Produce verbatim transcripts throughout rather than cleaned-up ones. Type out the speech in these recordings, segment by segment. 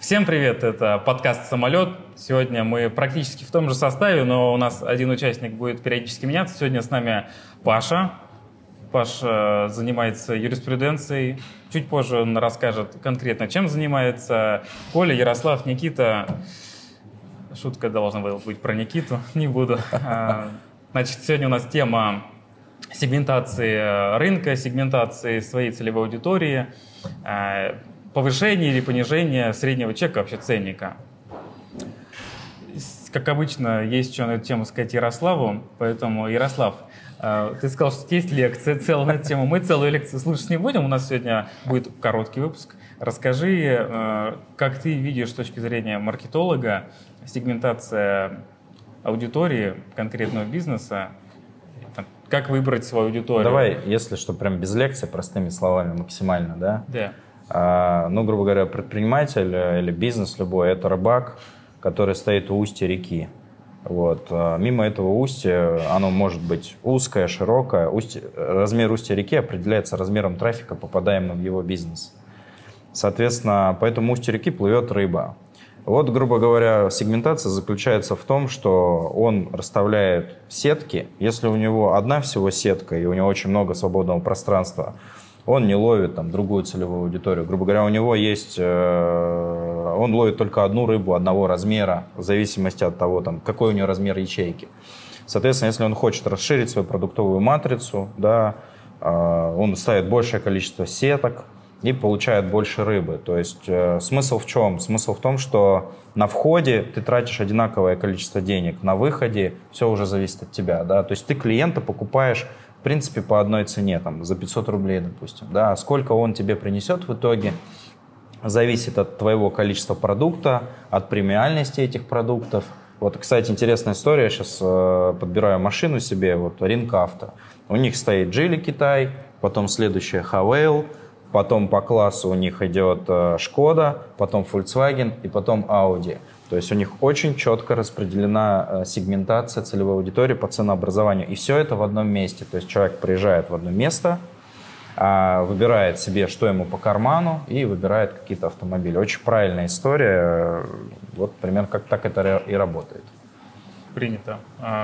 Всем привет, это подкаст «Самолет». Сегодня мы практически в том же составе, но у нас один участник будет периодически меняться. Сегодня с нами Паша. Паша занимается юриспруденцией. Чуть позже он расскажет конкретно, чем занимается. Коля, Ярослав, Никита. Шутка должна была быть про Никиту, не буду. Значит, сегодня у нас тема сегментации рынка, сегментации своей целевой аудитории, повышение или понижение среднего чека, вообще ценника. Как обычно, есть что на эту тему сказать Ярославу, поэтому, Ярослав, ты сказал, что есть лекция целая на эту тему. Мы целую лекцию слушать не будем, у нас сегодня будет короткий выпуск. Расскажи, как ты видишь с точки зрения маркетолога сегментация аудитории конкретного бизнеса, как выбрать свою аудиторию. Давай, если что, прям без лекции, простыми словами, максимально, да? Да. А, ну, грубо говоря, предприниматель или бизнес любой – это рыбак, который стоит у устья реки. Вот. А мимо этого устья оно может быть узкое, широкое. Устье, размер устья реки определяется размером трафика, попадаемого в его бизнес. Соответственно, по этому устью реки плывет рыба. Вот, грубо говоря, сегментация заключается в том, что он расставляет сетки. Если у него одна всего сетка и у него очень много свободного пространства, он не ловит там другую целевую аудиторию. Грубо говоря, у него есть, э, он ловит только одну рыбу одного размера, в зависимости от того, там, какой у него размер ячейки. Соответственно, если он хочет расширить свою продуктовую матрицу, да, э, он ставит большее количество сеток и получает больше рыбы. То есть э, смысл в чем? Смысл в том, что на входе ты тратишь одинаковое количество денег, на выходе все уже зависит от тебя. Да? То есть ты клиента покупаешь в принципе по одной цене, там, за пятьсот рублей, допустим. Да? Сколько он тебе принесет в итоге, зависит от твоего количества продукта, от премиальности этих продуктов. Вот, кстати, интересная история. Я сейчас э, подбираю машину себе, вот Ринк Авто. У них стоит Geely Китай, потом следующая Хавейл, потом по классу у них идет Шкода, потом Volkswagen и потом Audi. То есть у них очень четко распределена сегментация целевой аудитории по ценообразованию. И все это в одном месте. То есть человек приезжает в одно место, выбирает себе, что ему по карману, и выбирает какие-то автомобили. Очень правильная история. Вот примерно как так это и работает. Принято.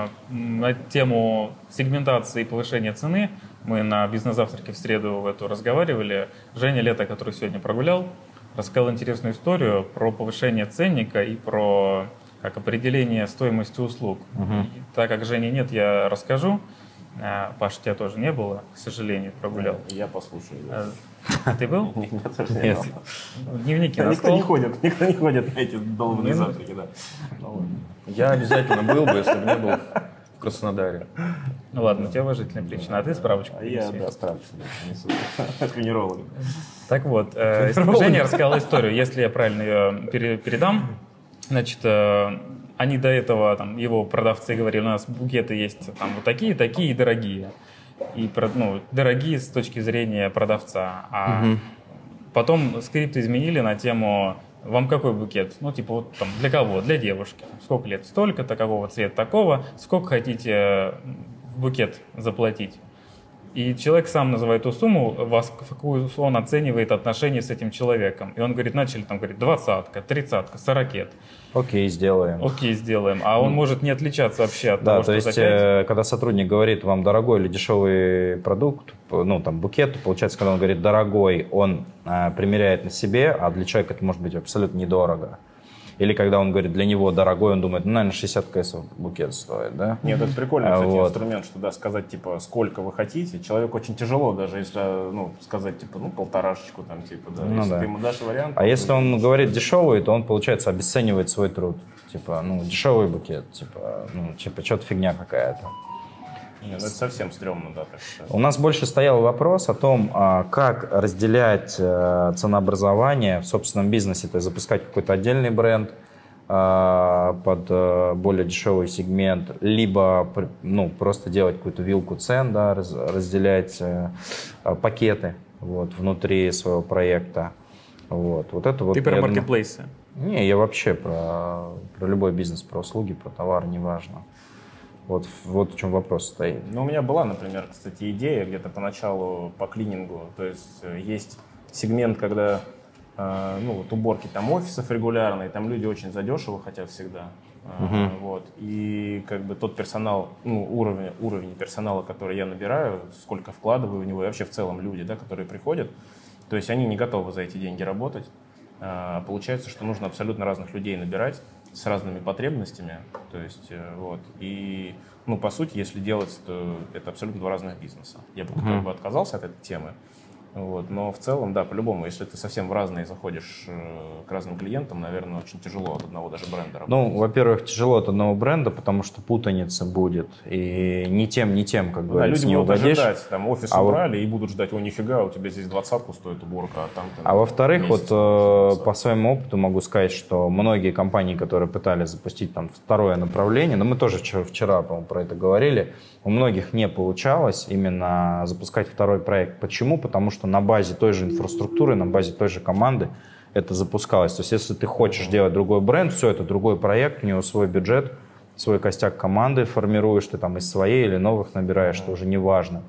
На тему сегментации и повышения цены мы на бизнес-завтраке в среду в эту разговаривали. Женя Лето, который сегодня прогулял, рассказал интересную историю про повышение ценника и про как определение стоимости услуг. Угу. И, так как Жени нет, я расскажу. Паша, тебя тоже не было, к сожалению, прогулял. Я послушаю. А ты был? Нет, нет. Дневники на Никто стол. не ходит, никто не ходит на эти долбанные завтраки, да. Я обязательно был бы, если бы не был в Краснодаре. Ну ладно, у тебя уважительная причина, а ты справочку А я, принеси. да, справочку несу. Тренировок. Так вот, э, Женя рассказал историю, если я правильно ее пере- передам. Значит, э, они до этого, там, его продавцы говорили, у нас букеты есть там вот такие, такие и дорогие. И, ну, дорогие с точки зрения продавца. А угу. потом скрипт изменили на тему, вам какой букет? Ну, типа, вот там, для кого? Для девушки. Сколько лет? Столько-то, какого цвета такого. Сколько хотите в букет заплатить? И человек сам называет ту сумму, вас, в какую он оценивает отношения с этим человеком. И он говорит, начали там, говорит, двадцатка, тридцатка, сорокет. Окей, сделаем. Окей, сделаем. А он может не отличаться вообще от да, того, то что есть, за пять. Когда сотрудник говорит вам дорогой или дешевый продукт, ну, там, букет, получается, когда он говорит дорогой, он э, примеряет на себе, а для человека это может быть абсолютно недорого. Или когда он говорит, для него дорогой, он думает, ну, наверное, шестьдесят кэсов букет стоит, да? Нет, это прикольный, кстати, вот. инструмент, что, да, сказать, типа, сколько вы хотите. Человеку очень тяжело, даже если, ну, сказать, типа, ну, полторашечку, там, типа, да. Ну, если да. ты ему дашь вариант. А если он говорит дешевый, то он, получается, обесценивает свой труд. Типа, ну, дешевый букет, типа, ну, типа, что-то фигня какая-то. Нет, ну, это совсем стрёмно, да. Так что... У нас больше стоял вопрос о том, как разделять ценообразование в собственном бизнесе, то есть запускать какой-то отдельный бренд под более дешевый сегмент, либо, ну, просто делать какую-то вилку цен, да, разделять пакеты вот, внутри своего проекта. Вот. Вот это вот, Ты про маркетплейсы? Не, я вообще про, про любой бизнес, про услуги, про товар, неважно. Вот, вот в чем вопрос стоит. Ну, у меня была, например, кстати, идея где-то поначалу по клинингу. То есть есть сегмент, когда э, ну, вот уборки там офисов регулярные, там люди очень задешево хотят всегда. Uh-huh. Вот. И как бы тот персонал, ну, уровень, уровень персонала, который я набираю, сколько вкладываю в него, и вообще в целом люди, да, которые приходят, то есть они не готовы за эти деньги работать. А, получается, что нужно абсолютно разных людей набирать с разными потребностями. То есть, вот. И, ну, по сути, если делать, то это абсолютно два разных бизнеса. Я бы, uh-huh. как бы отказался от этой темы. Вот. Но в целом, да, по-любому, если ты совсем в разные заходишь э, к разным клиентам, наверное, очень тяжело от одного даже бренда работать. Ну, во-первых, тяжело от одного бренда, потому что путаница будет, и ни тем, ни тем, как ну, говорится, да, люди не будут угодишь. ожидать, там, офис а убрали вот... и будут ждать, о, нифига, у тебя здесь двадцатку стоит уборка, а там... А во-вторых, вот э, по своему опыту могу сказать, что многие компании, которые пытались запустить там второе направление, но мы тоже вчера, вчера по-моему, про это говорили, у многих не получалось именно запускать второй проект. Почему? Потому что на базе той же инфраструктуры, на базе той же команды это запускалось. То есть если ты хочешь делать другой бренд, все, это другой проект, у него свой бюджет, свой костяк команды формируешь, ты там из своей или новых набираешь, что уже не важно.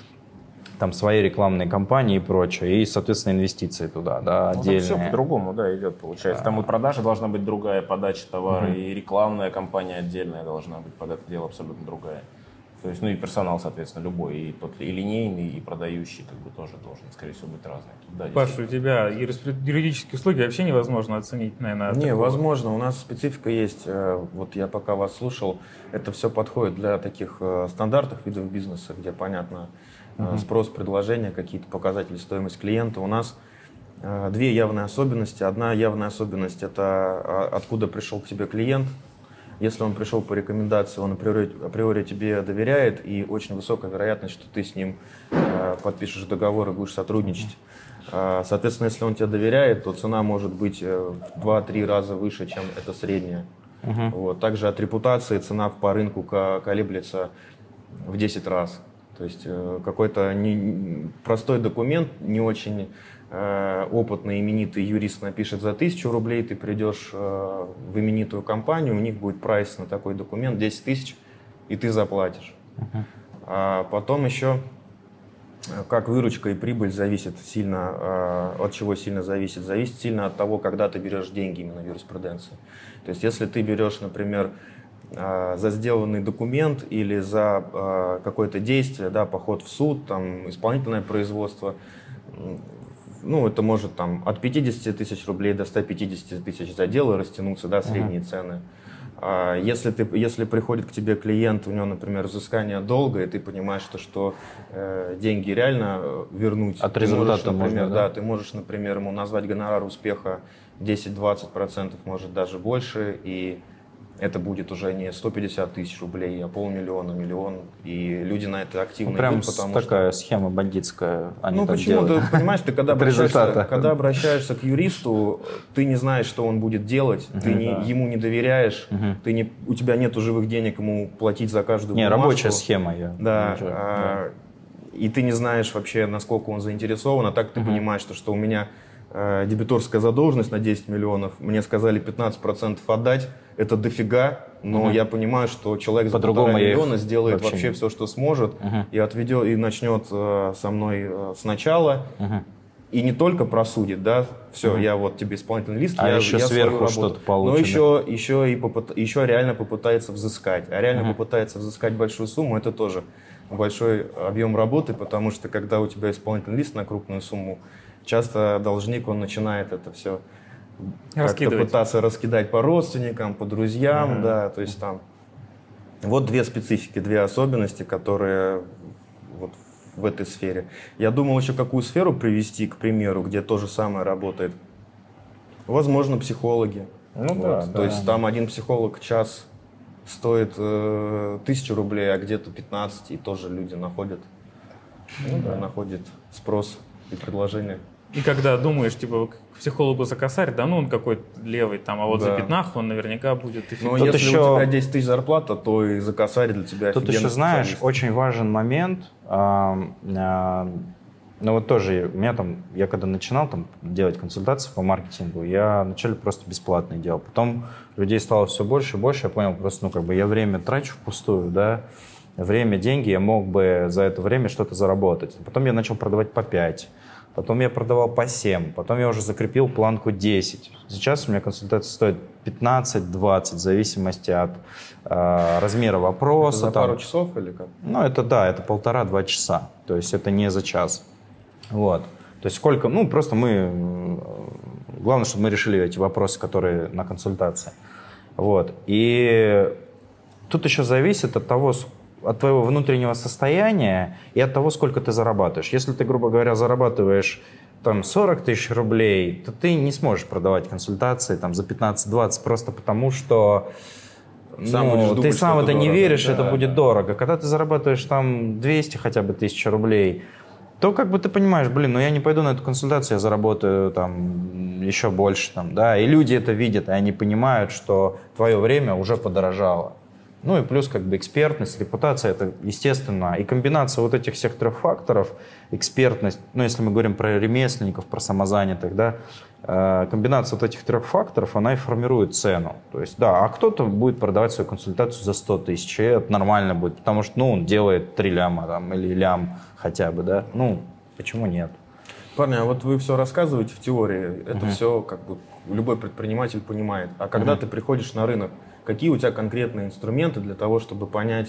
Там свои рекламные кампании и прочее, и, соответственно, инвестиции туда, да, ну, отдельные. Все по-другому, да, идет, получается. Да. Там и продажа должна быть другая, подача товара, угу. и рекламная кампания отдельная должна быть под это дело абсолютно другая. То есть, ну и персонал, соответственно, любой, и тот и линейный, и продающий, как бы тоже должен, скорее всего, быть разный. Да, Паша, у тебя юридические услуги вообще невозможно оценить, наверное. Не, возможно, у нас специфика есть. Вот я пока вас слушал, это все подходит для таких стандартных видов бизнеса, где понятно uh-huh. спрос, предложение, какие-то показатели, стоимость клиента. У нас две явные особенности. Одна явная особенность – это откуда пришел к тебе клиент. Если он пришел по рекомендации, он априори, априори тебе доверяет, и очень высокая вероятность, что ты с ним э, подпишешь договор и будешь сотрудничать. Э, соответственно, если он тебе доверяет, то цена может быть э, в два-три раза выше, чем это средняя. Uh-huh. Вот. Также от репутации цена по рынку колеблется в десять раз. То есть э, какой-то не, простой документ, не очень э, опытный, именитый юрист напишет за тысячу рублей, ты придешь э, в именитую компанию, у них будет прайс на такой документ десять тысяч, и ты заплатишь. Uh-huh. А потом еще, как выручка и прибыль зависит сильно, э, от чего сильно зависит? Зависит сильно от того, когда ты берешь деньги именно в юриспруденции. То есть если ты берешь, например, за сделанный документ или за э, какое-то действие, да, поход в суд, там, исполнительное производство, ну, это может там, от пятидесяти тысяч рублей до ста пятидесяти тысяч за дело растянуться, да, средние uh-huh. цены. А если, ты, если приходит к тебе клиент, у него, например, взыскание долга, и ты понимаешь, что, что э, деньги реально вернуть, от ты результата можешь, например, можно, да? Да, ты можешь, например, ему назвать гонорар успеха десять-двадцать процентов, может даже больше, и это будет уже не сто пятьдесят тысяч рублей, а полмиллиона, миллион. И люди на это активно ну, прям идут, потому такая что... схема бандитская. Они ну так почему? делают. Ты понимаешь, ты когда обращаешься, когда обращаешься к юристу, ты не знаешь, что он будет делать, uh-huh, ты не, да. ему не доверяешь, uh-huh. ты не, у тебя нет живых денег ему платить за каждую не, бумажку. Рабочая схема. Я да, а, да. И ты не знаешь вообще, насколько он заинтересован, а так ты uh-huh. понимаешь, что, что у меня э, дебиторская задолженность на десять миллионов, мне сказали пятнадцать процентов отдать, это дофига. Но uh-huh. я понимаю, что человек за полтора миллиона сделает вообще, вообще все, что сможет, uh-huh. и отведет, и начнет э, со мной э, сначала, uh-huh. и не только просудит, да, все, uh-huh. я вот тебе исполнительный лист, а я, еще я сверху что-то получит, но еще, да? еще, и попыт, еще реально попытается взыскать, а реально uh-huh. попытается взыскать большую сумму, это тоже большой объем работы, потому что когда у тебя исполнительный лист на крупную сумму, часто должник, он начинает это все как-то пытаться раскидать по родственникам, по друзьям, uh-huh. да, то есть там вот две специфики, две особенности, которые вот в этой сфере. Я думал еще какую сферу привести, к примеру, где то же самое работает. Возможно, психологи. Ну, вот. да, то да. есть там один психолог час стоит э, тысячу рублей, а где-то пятнадцать, и тоже люди находят, ну, да. находят спрос и предложение. И когда думаешь, типа, к психологу за косарь, да ну он какой-то левый там, а вот да. за пятнах он наверняка будет эффективный. Но если еще... у тебя десять тысяч зарплата, то и за косарь для тебя тут еще, знаешь, специалист. Очень важен момент. А, а, ну вот тоже, у меня там, я когда начинал там делать консультации по маркетингу, я вначале просто бесплатно делал. Потом людей стало все больше и больше, я понял просто, ну как бы я время трачу впустую, да, время, деньги, я мог бы за это время что-то заработать. Потом я начал продавать по пять. потом я продавал по семь, потом я уже закрепил планку десять. Сейчас у меня консультация стоит пятнадцать-двадцать, в зависимости от э, размера вопроса. Это за там. пару часов или как? Ну, это да, это полтора-два часа. То есть это не за час. Вот. То есть сколько, ну, просто мы, главное, чтобы мы решили эти вопросы, которые на консультации. Вот. И тут еще зависит от того, от твоего внутреннего состояния и от того, сколько ты зарабатываешь. Если ты, грубо говоря, зарабатываешь там сорок тысяч рублей, то ты не сможешь продавать консультации там за пятнадцать-двадцать просто потому, что Сам ну, думать, ты сам что это не дорого. веришь, Да, это будет да. дорого. Когда ты зарабатываешь там двести хотя бы тысяч рублей, то как бы ты понимаешь, блин, ну я не пойду на эту консультацию, я заработаю там еще больше. Там, да? И люди это видят, и они понимают, что твое время уже подорожало. Ну и плюс как бы экспертность, репутация, это естественно. И комбинация вот этих всех трех факторов, экспертность, ну если мы говорим про ремесленников, про самозанятых, да, э, комбинация вот этих трех факторов, она и формирует цену. То есть, да, а кто-то будет продавать свою консультацию за сто тысяч, и это нормально будет, потому что, ну, он делает три ляма там, или лям хотя бы, да, ну, почему нет? Парни, а вот вы все рассказываете в теории, это Мгм. все как бы любой предприниматель понимает. А когда Мгм. ты приходишь на рынок, какие у тебя конкретные инструменты для того, чтобы понять,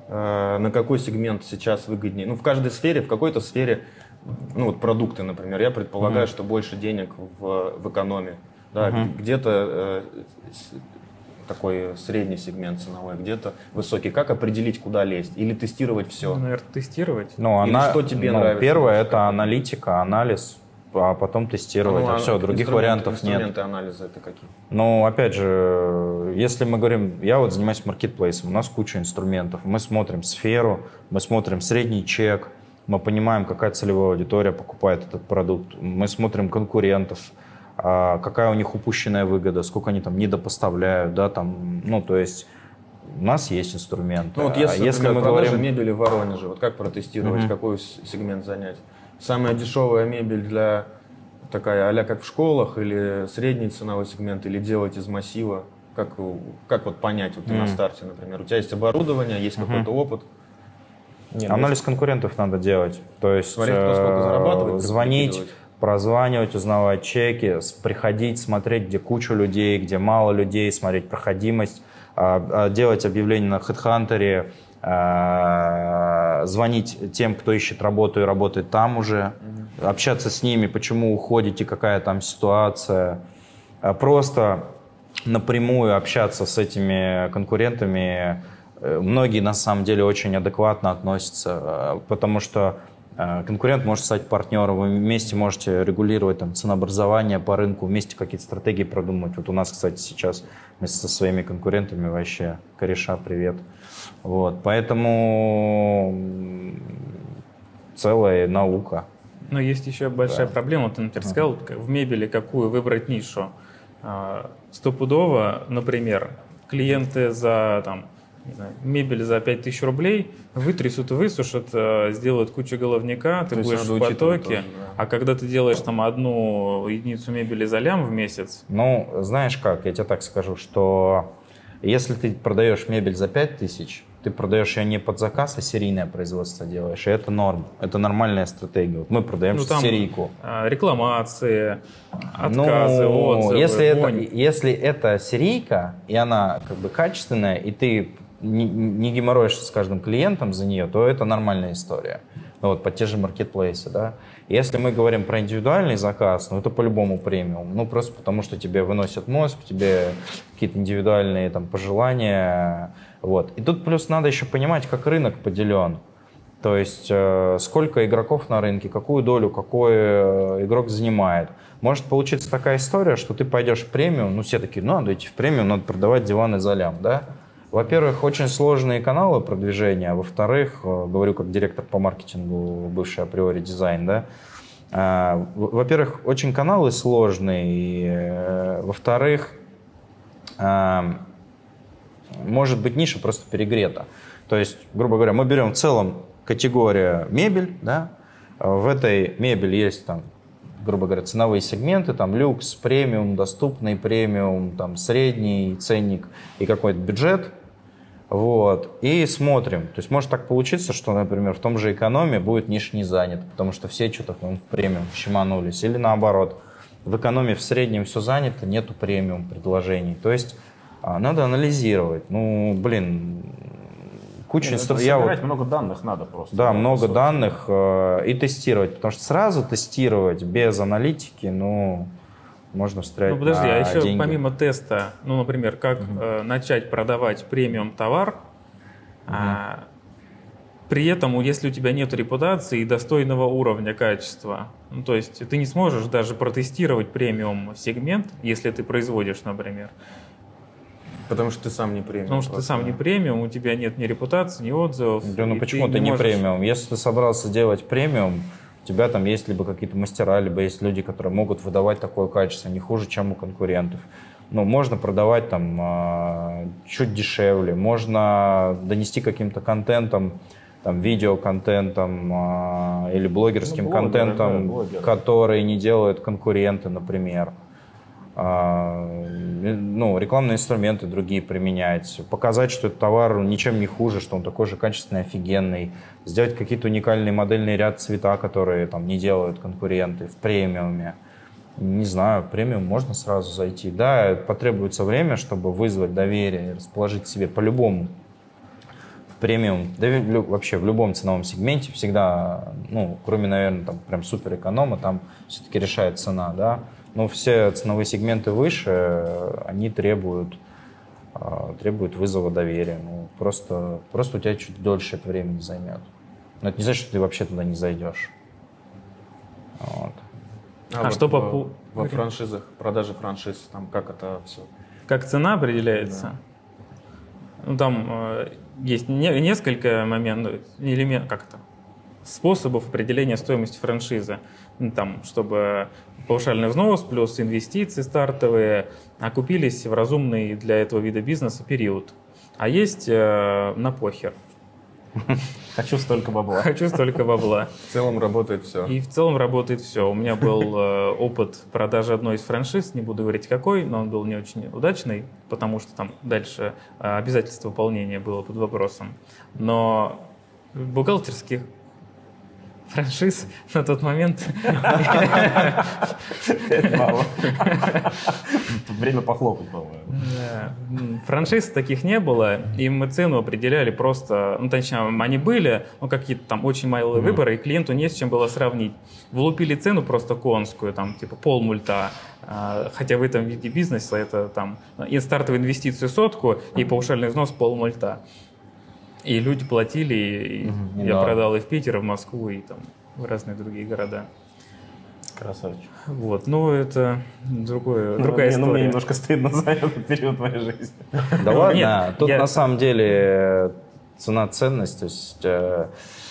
э, на какой сегмент сейчас выгоднее? Ну, в каждой сфере, в какой-то сфере, ну, вот продукты, например, я предполагаю, Мгм. что больше денег в, в экономе. Да, Мгм. где-то э, с- такой средний сегмент ценовой, где-то высокий. Как определить, куда лезть? Или тестировать все? Ну, наверное, тестировать. Ну, Или она, что тебе ну, нравится первое больше, это как? аналитика, анализ, а потом тестировать, а все, других инструменты- вариантов нет. Инструменты анализа это какие? Ну, опять же, если мы говорим, я вот занимаюсь маркетплейсом, у нас куча инструментов, мы смотрим сферу, мы смотрим средний чек, мы понимаем, какая целевая аудитория покупает этот продукт, мы смотрим конкурентов, а, какая у них упущенная выгода, сколько они там недопоставляют, да, там, ну, то есть у нас есть инструменты. Ну вот А если, если например, мы продажа говорим... мебели в Воронеже, вот как протестировать, Мгм. какой с- сегмент занять? Самая дешевая мебель для такая а-ля как в школах, или средний ценовой сегмент, или делать из массива? Как, у- как вот понять, вот ты на Мгм. старте, например, у тебя есть оборудование, есть Мгм. какой-то опыт, Не, ну, Анализ конкурентов надо делать. То есть Смотреть, кто сколько э, зарабатывает, звонить, прикидывать. прозванивать, узнавать чеки, с- приходить, смотреть, где куча людей, где мало людей, смотреть проходимость, а, а, делать объявления на HeadHunter, а, звонить тем, кто ищет работу и работает там уже, общаться с ними, почему уходите, какая там ситуация. А Просто напрямую общаться с этими конкурентами. Э, Многие на самом деле очень адекватно относятся, э, потому что э, конкурент может стать партнером, вы вместе можете регулировать там, ценообразование по рынку, вместе какие-то стратегии продумать. Вот у нас, кстати, сейчас вместе со своими конкурентами вообще кореша, привет. Вот, поэтому м, целая наука. Но есть еще большая Да. проблема. Ты, например, сказал, как в мебели какую выбрать нишу. А, Стопудово, например, клиенты за там, не знаю, мебель за пять тысяч рублей вытрясут и высушат, э, сделают кучу головника, ты То есть будешь надо в учитывать потоке. тоже, да. А когда ты делаешь там одну единицу мебели за лям в месяц, Ну, знаешь как, я тебе так скажу, что если ты продаешь мебель за пять тысяч, ты продаешь ее не под заказ, а серийное производство делаешь, и это норм, это нормальная стратегия. Вот мы продаем ну там серийку. а, рекламации, отказы, Ну, отзывы, если это, вонь. если это серийка, и она как бы качественная, и ты не, не геморроишься с каждым клиентом за нее, то это нормальная история. Ну, вот под те же маркетплейсы, да. Если мы говорим про индивидуальный заказ, ну это по-любому премиум. Ну просто потому, что тебе выносят мозг, тебе какие-то индивидуальные там пожелания. Вот. И тут плюс надо еще понимать, как рынок поделен. То есть э, сколько игроков на рынке, какую долю какой э, игрок занимает. Может получиться такая история, что ты пойдешь в премиум, ну все такие, ну надо идти в премиум, надо продавать диваны за лям, да? Во-первых, очень сложные каналы продвижения, а во-вторых, э, говорю как директор по маркетингу, бывший априори дизайн, да? Э, во-первых, очень каналы сложные, и, э, во-вторых, э, может быть ниша просто перегрета. То есть, грубо говоря, мы берем в целом категория мебель, да? В этой мебели есть там, грубо говоря, ценовые сегменты, там люкс, премиум, доступный премиум, там средний ценник и какой-то бюджет. Вот, и смотрим. То есть может так получиться, что, например, в том же экономе будет ниша не занята, потому что все что-то ну, в премиум щеманулись. Или наоборот, в экономе в среднем все занято, нету премиум предложений. То есть надо анализировать. Ну, блин, куча Нет, инструментов. Собирать вот, много данных надо просто. Да, да, много данных э, и тестировать. Потому что сразу тестировать без аналитики, ну, можно встрять. Ну подожди, на а еще деньги. помимо теста, ну, например, как угу. э, начать продавать премиум товар, угу. а, при этом, если у тебя нет репутации и достойного уровня качества, ну, то есть ты не сможешь даже протестировать премиум сегмент, если ты производишь, например. Потому что ты сам не премиум. Потому что просто, ты сам да. не премиум, у тебя нет ни репутации, ни отзывов. Да, ну почему ты не, не можешь... премиум? Если ты собрался делать премиум, у тебя там есть либо какие-то мастера, либо есть люди, которые могут выдавать такое качество не хуже, чем у конкурентов. Ну, можно продавать там чуть дешевле, можно донести каким-то контентом, там, видеоконтентом или блогерским ну, блогеры, контентом, да, блогеры. Который не делают конкуренты, например. Ну, рекламные инструменты другие применять, показать, что этот товар ничем не хуже, что он такой же качественный, офигенный, сделать какие-то уникальные модельные ряд цвета, которые там не делают конкуренты в премиуме. Не знаю, в премиум можно сразу зайти. Да, потребуется время, чтобы вызвать доверие, расположить себе по-любому в премиум, да вообще в любом ценовом сегменте всегда, ну, кроме, наверное, там прям супер эконома, там все-таки решает цена, да. Но все ценовые сегменты выше, они требуют, требуют вызова доверия. Ну, просто, просто у тебя чуть дольше это времени займет. Но это не значит, что ты вообще туда не зайдешь. Вот. А, а вот что во, по во франшизах, продаже франшиз, там как это все? Как цена определяется? Да. Ну, там э, есть не, несколько моментов, элемент, как это, способов определения стоимости франшизы. Ну, там, чтобы паушальный взнос плюс инвестиции стартовые окупились в разумный для этого вида бизнеса период. А есть э, на похер. Хочу столько бабла. Хочу столько бабла. В целом работает все. И в целом работает все. У меня был э, опыт продажи одной из франшиз, не буду говорить какой, но он был не очень удачный, потому что там дальше э, обязательство выполнения было под вопросом. Но бухгалтерских франшиз на тот момент... Мало. Время похлопать, по-моему. Франшиз таких не было, и мы цену определяли просто... Ну, точнее, они были, но какие-то там очень малые выборы, и клиенту не с чем было сравнить. Влупили цену просто конскую, там, типа полмульта, хотя в этом виде бизнеса это там и стартовую инвестицию сотку, и паушальный взнос полмульта. И люди платили, и угу, я да. продал и в Питер, и в Москву, и там в разные другие города. Красавчик. Вот, ну это другое, ну, другая не, история. Ну, мне немножко стыдно за этот период моей жизни. Да ладно, тут на самом деле цена-ценность, то есть э,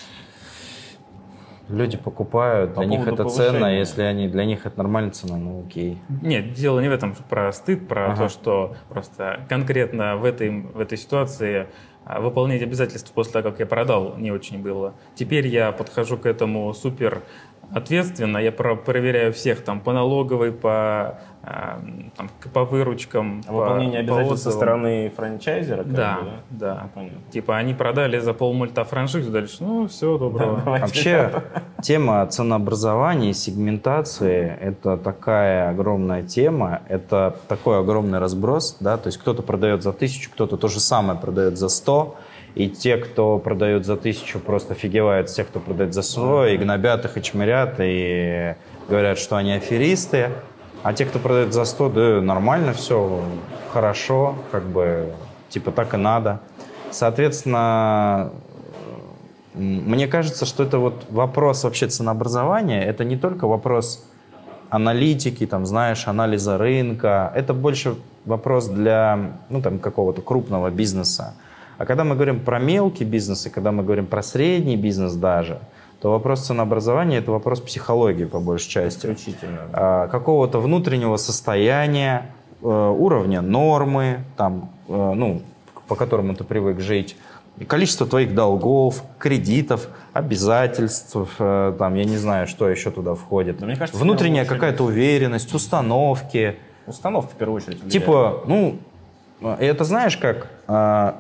люди покупают, для них это ценно, если они, для них это нормальная цена, ну окей. Нет, дело не в этом, про стыд, про ага. то, что просто конкретно в этой, в этой ситуации выполнять обязательства после того, как я продал, не очень было. Теперь я подхожу к этому супер ответственно, я про проверяю всех там по налоговой, по, там, по выручкам. А по, выполнение обязательств со стороны франчайзера? Да, бы, да. да. Ну, типа они продали за полмульта франшизу, дальше, ну все, доброго. Да, вообще тема ценообразования и сегментации – это такая огромная тема, это такой огромный разброс, да, то есть кто-то продает за тысячу, кто-то то же самое продает за сто, и те, кто продает за тысячу, просто офигевают с тех, кто продает за сто, и гнобят их, и чмырят, и говорят, что они аферисты. А те, кто продает за сто, да нормально все, хорошо, как бы, типа так и надо. Соответственно, мне кажется, что это вот вопрос вообще ценообразования, это не только вопрос аналитики, там, знаешь, анализа рынка, это больше вопрос для, ну, там, какого-то крупного бизнеса. А когда мы говорим про мелкий бизнес, и когда мы говорим про средний бизнес даже, то вопрос ценообразования – это вопрос психологии, по большей части. Исключительно. А, какого-то внутреннего состояния, уровня нормы, там, ну, по которому ты привык жить, количество твоих долгов, кредитов, обязательств, там, я не знаю, что еще туда входит. Да, мне кажется, внутренняя какая-то уверенность, установки. Установка, в первую очередь, влияет. Типа, ну, это знаешь как…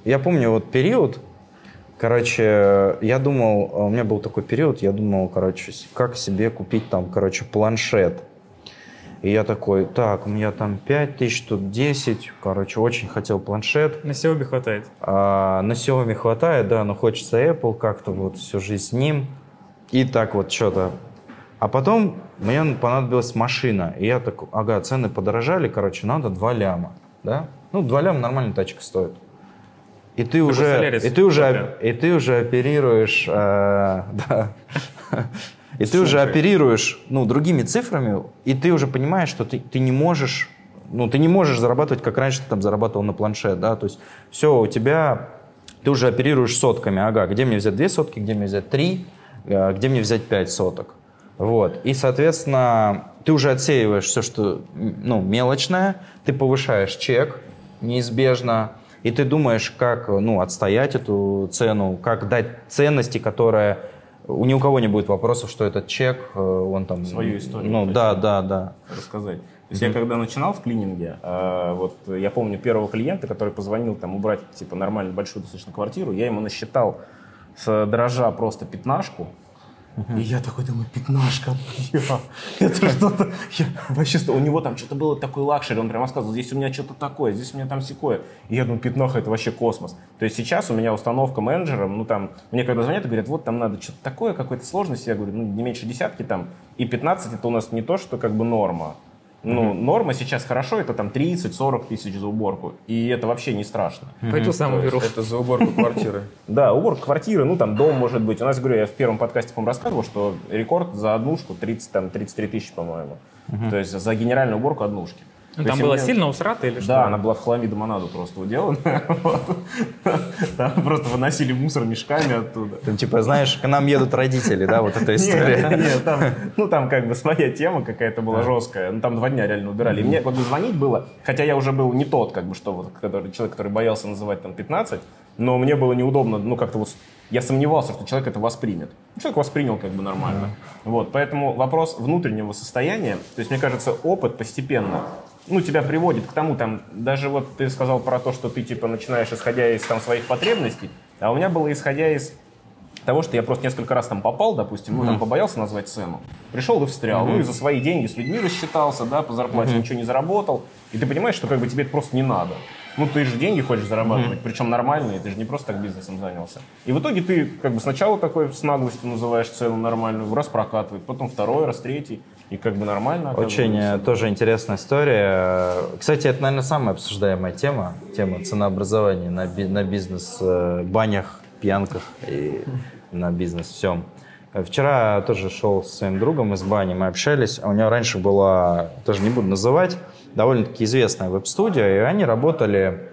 я помню вот период, короче, я думал, у меня был такой период, я думал, короче, как себе купить там, короче, планшет. И я такой, так, у меня там пять тысяч, тут десять, короче, очень хотел планшет. На Xiaomi хватает. А, на Xiaomi хватает, да, но хочется Apple, как-то вот всю жизнь с ним. И так вот что-то. А потом мне понадобилась машина. И я такой, ага, цены подорожали, короче, надо два ляма, да? Ну, два ляма нормальная тачка стоит. И ты, уже, и ты, уже, и ты уже оперируешь, э, да, и ты уже оперируешь, ну, другими цифрами, и ты уже понимаешь, что ты, ты не можешь, ну, ты не можешь зарабатывать, как раньше ты там зарабатывал на планшет, да, то есть все, у тебя, ты уже оперируешь сотками, ага, где мне взять две сотки, где мне взять три, где мне взять пять соток, вот, и, соответственно, ты уже отсеиваешь все, что, ну, мелочное, ты повышаешь чек неизбежно, и ты думаешь, как, ну, отстоять эту цену, как дать ценности, которая... У ни у кого не будет вопросов, что этот чек, он там... Свою историю. Ну, да, да, да. Рассказать. То есть mm-hmm. я когда начинал в клининге, э, вот я помню первого клиента, который позвонил там убрать, типа, нормально большую достаточно квартиру, я ему насчитал с дрожжа просто пятнашку. И я такой думаю, пятнашка, я, это что-то, я, вообще, у него там что-то было такой лакшери, он прям рассказывал, здесь у меня что-то такое, здесь у меня там сякое. И я думаю, пятнаха, это вообще космос. То есть сейчас у меня установка менеджером, ну там, мне когда звонят и говорят, вот там надо что-то такое, какой-то сложности, я говорю, ну не меньше десятки там, и пятнадцать это у нас не то, что как бы норма. Ну, mm-hmm. норма сейчас хорошо, это там тридцать-сорок тысяч за уборку. И это вообще не страшно. Mm-hmm. Пойду сам уберу. Это за уборку квартиры. Да, уборка квартиры, ну там дом может быть. У нас, говорю, я в первом подкасте, по-моему, рассказывал, что рекорд за однушку тридцать, там, тридцать три тысячи, по-моему. То есть за генеральную уборку однушки. Там было сильно усрато или что? Да, она была в хламиду монаду просто уделана. Там просто выносили мусор мешками оттуда. Там типа, знаешь, к нам едут родители, да, вот эта история. Нет, там, ну там как бы своя тема какая-то была жесткая. Ну там два дня реально убирали. И мне вот звонить было, хотя я уже был не тот, как бы, что вот, который, человек, который боялся называть там пятнадцать, но мне было неудобно, ну как-то вот, я сомневался, что человек это воспримет. Человек воспринял как бы нормально. Вот, поэтому вопрос внутреннего состояния, то есть мне кажется, опыт постепенно, ну, тебя приводит к тому, там, даже вот ты сказал про то, что ты, типа, начинаешь исходя из там своих потребностей, а у меня было исходя из того, что я просто несколько раз там попал, допустим, ну, mm-hmm. там, побоялся назвать цену, пришел и встрял, mm-hmm. ну, и за свои деньги с людьми рассчитался, да, по зарплате mm-hmm. ничего не заработал, и ты понимаешь, что, как бы, тебе это просто не надо. Ну, ты же деньги хочешь зарабатывать, mm-hmm. причем нормальные, ты же не просто так бизнесом занялся. И в итоге ты, как бы, сначала такой с наглостью называешь цену нормальную, раз прокатывает, потом второй раз, третий. И как бы нормально. Очень тоже интересная история. Кстати, это, наверное, самая обсуждаемая тема. Тема ценообразования на, би- на бизнес-банях, пьянках и на бизнес всем. Вчера тоже шел с своим другом из бани, мы общались. У него раньше была, тоже не буду называть, довольно-таки известная веб-студия, и они работали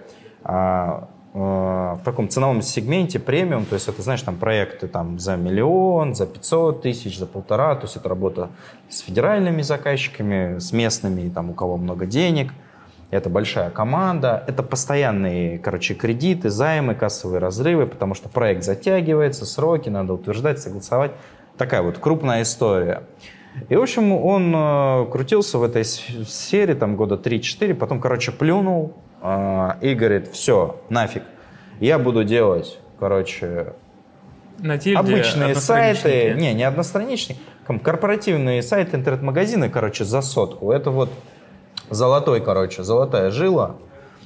а, а, в таком ценовом сегменте премиум, то есть это, знаешь, там проекты там, за миллион, за пятьсот тысяч, за полтора, то есть это работа с федеральными заказчиками, с местными, там, у кого много денег. Это большая команда, это постоянные, короче, кредиты, займы, кассовые разрывы, потому что проект затягивается, сроки надо утверждать, согласовать. Такая вот крупная история. И, в общем, он э, крутился в этой сфере там года три-четыре, потом, короче, плюнул э, и говорит, все, нафиг, я буду делать, короче, на тильде обычные сайты, не, не одностраничники, корпоративные сайты, интернет-магазины, короче, за сотку. Это вот золотой, короче, золотая жила.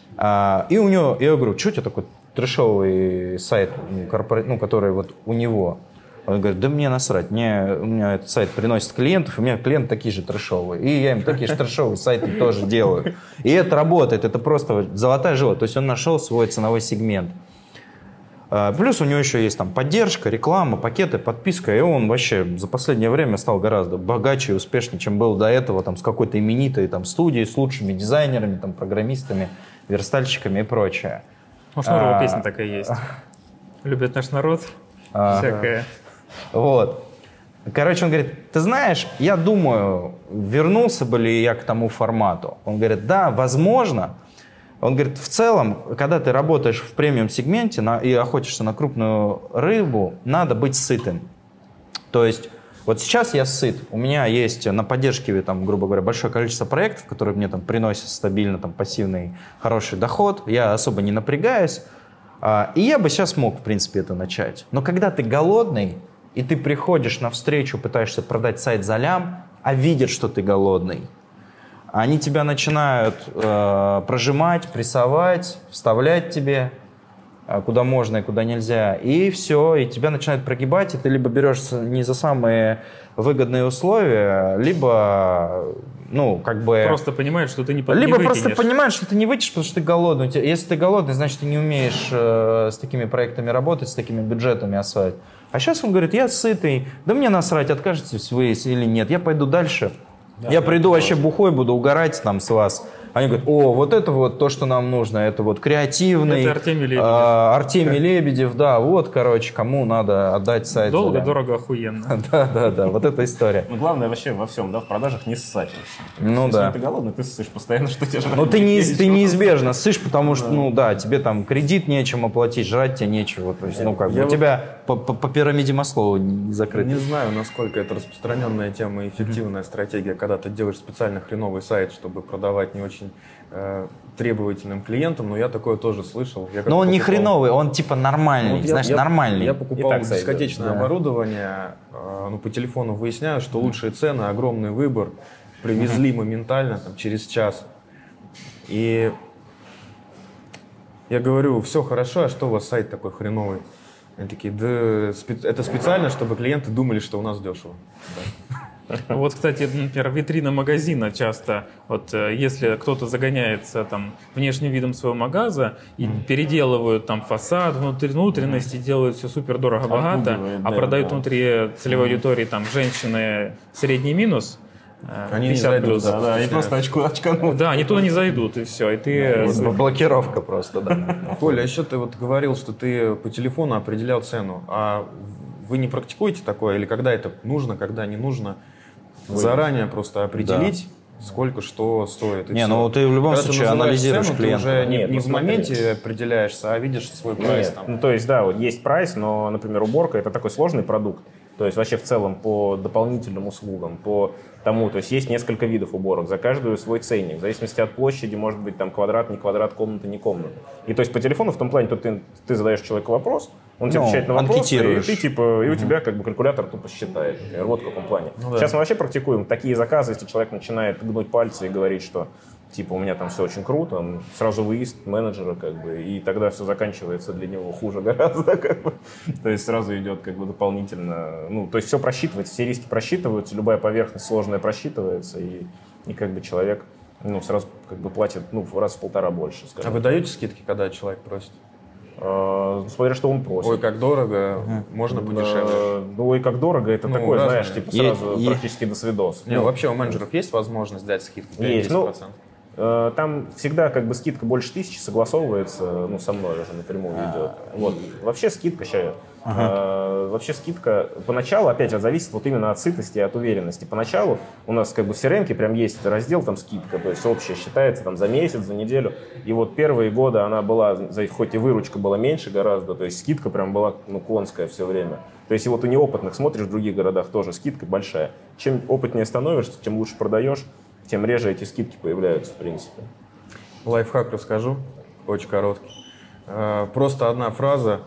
А, и у него, я говорю, что у тебя такой трэшовый сайт, корпора... ну, который вот у него? Он говорит, да мне насрать, мне, у меня этот сайт приносит клиентов, у меня клиенты такие же трэшовые. И я им такие же трэшовые сайты тоже делаю. И это работает, это просто золотая жила. То есть он нашел свой ценовой сегмент. Плюс у него еще есть там поддержка, реклама, пакеты, подписка. И он вообще за последнее время стал гораздо богаче и успешнее, чем был до этого, там, с какой-то именитой там, студией, с лучшими дизайнерами, там, программистами, верстальщиками и прочее. У Шнурова а, песня такая есть. Любит наш народ. А, всякое. Вот. Короче, он говорит, ты знаешь, я думаю, вернулся бы ли я к тому формату. Он говорит, да, возможно. Он говорит, в целом, когда ты работаешь в премиум-сегменте на, и охотишься на крупную рыбу, надо быть сытым. То есть, вот сейчас я сыт, у меня есть на поддержке, там, грубо говоря, большое количество проектов, которые мне там приносят стабильно там, пассивный хороший доход, я особо не напрягаюсь, А, и я бы сейчас мог, в принципе, это начать. Но когда ты голодный, и ты приходишь на встречу, пытаешься продать сайт за лям, а видят, что ты голодный, они тебя начинают э, прожимать, прессовать, вставлять тебе, э, куда можно и куда нельзя. И все, и тебя начинают прогибать, и ты либо берешься не за самые выгодные условия, либо, ну, как бы... Просто понимаешь, что ты не, Либо не просто вытянешь. понимаешь, что ты не вытянешь, потому что ты голодный. У тебя- Если ты голодный, значит, ты не умеешь э, с такими проектами работать, с такими бюджетами осваивать. А сейчас он говорит, я сытый, да мне насрать, откажетесь вы или нет, я пойду дальше. Я приду вообще бухой, буду угорать там с вас. Они говорят, о, вот это вот то, что нам нужно, это вот креативный... Это Артемий Лебедев. а, Артемий Лебедев, да, вот, короче, кому надо отдать сайт. Долго, за- дорого, охуенно. Да, да, да, вот эта история. Ну, главное вообще во всем, да, в продажах не ссать вообще. Ну Если да. ты голодный, ты ссышь постоянно, что тебе жрать. Ну, ты, не, нечего. ты неизбежно ссышь, потому что, ну да, тебе там кредит нечем оплатить, жрать тебе нечего. То есть, ну, как бы, Я у вот- тебя по, по, по пирамиде Маслоу не закрыто. Не знаю, насколько это распространенная тема и эффективная стратегия, когда ты делаешь специально хреновый сайт, чтобы продавать не очень э, требовательным клиентам, но я такое тоже слышал. Я как Но он не покупал- хреновый, он типа нормальный, Ну, вот я- знаешь, я- нормальный. Я покупал И так сойдет, дискотечное да. оборудование, э, ну, по телефону выясняю, что лучшие цены, огромный выбор, привезли моментально, там, через час. И я говорю, все хорошо, а что у вас сайт такой хреновый? Они такие, да спе- это специально, чтобы клиенты думали, что у нас дешево. Вот, кстати, например, витрина магазина часто, вот э, если кто-то загоняется там внешним видом своего магаза и переделывают там фасад, внутри, внутренности, делают все супер дорого-богато, Отпугивает, а да, продают да. внутри целевой аудитории там женщины средний минус, э, Они не пятьдесят плюс. зайдут, Да, да, они просто очку, очканут. Да, они туда не зайдут, и все. И ты... Вот блокировка просто, да. Коля, еще ты вот говорил, что ты по телефону определял цену, а вы не практикуете такое, или когда это нужно, когда не нужно, заранее просто определить, сколько что стоит. и Не, всё. ну ты в любом Когда ты случае называешь анализируешь цену, клиента. Ты уже не, Нет, не ну в смотри. моменте определяешься, а видишь свой прайс Нет, там. ну, то есть, да, вот есть прайс, но, например, уборка — это такой сложный продукт. То есть вообще в целом по дополнительным услугам, по тому, то есть есть несколько видов уборок, за каждую свой ценник, в зависимости от площади, может быть там квадрат, не квадрат, комната, не комната. И то есть по телефону в том плане, то ты, ты задаешь человеку вопрос, он тебе Ну, отвечает на вопрос, и анкетируешь. ты типа, и у тебя как бы калькулятор тупо считает, например, вот в каком плане. Ну да. Сейчас мы вообще практикуем такие заказы, если человек начинает гнуть пальцы и говорить, что типа у меня там все очень круто, он сразу выезд менеджера, как бы, и тогда все заканчивается для него хуже гораздо, как бы. То есть сразу идет как бы дополнительно, ну, то есть все просчитывается, все риски просчитываются, любая поверхность сложная просчитывается, и, и как бы человек, ну, сразу как бы платит, ну, в раз в полтора больше, А скажем. вы даете скидки, когда человек просит? А, смотря что он просит. Ой, как дорого, можно подешевле. А, Ну, ой, как дорого, это Ну, такое, разные. знаешь, типа Е- сразу е- практически до свидос. Не, вообще у менеджеров есть возможность дать скидку Есть, пять-десять ну, процентов? Э, Там всегда как бы скидка больше тысячи согласовывается, ну, со мной уже напрямую идет. Вот. Вообще скидка сейчас. Вообще скидка поначалу, опять же, зависит вот именно от сытости и от уверенности. Поначалу у нас как бы в си эр эм-ке прям есть раздел там скидка, то есть общая считается там за месяц, за неделю. И вот первые годы она была, за- хоть и выручка была меньше гораздо, то есть скидка прям была, ну, конская все время. То есть и вот у неопытных смотришь в других городах тоже скидка большая. Чем опытнее становишься, тем лучше продаешь, тем реже эти скидки появляются, в принципе. Лайфхак расскажу, очень короткий. Э, Просто одна фраза.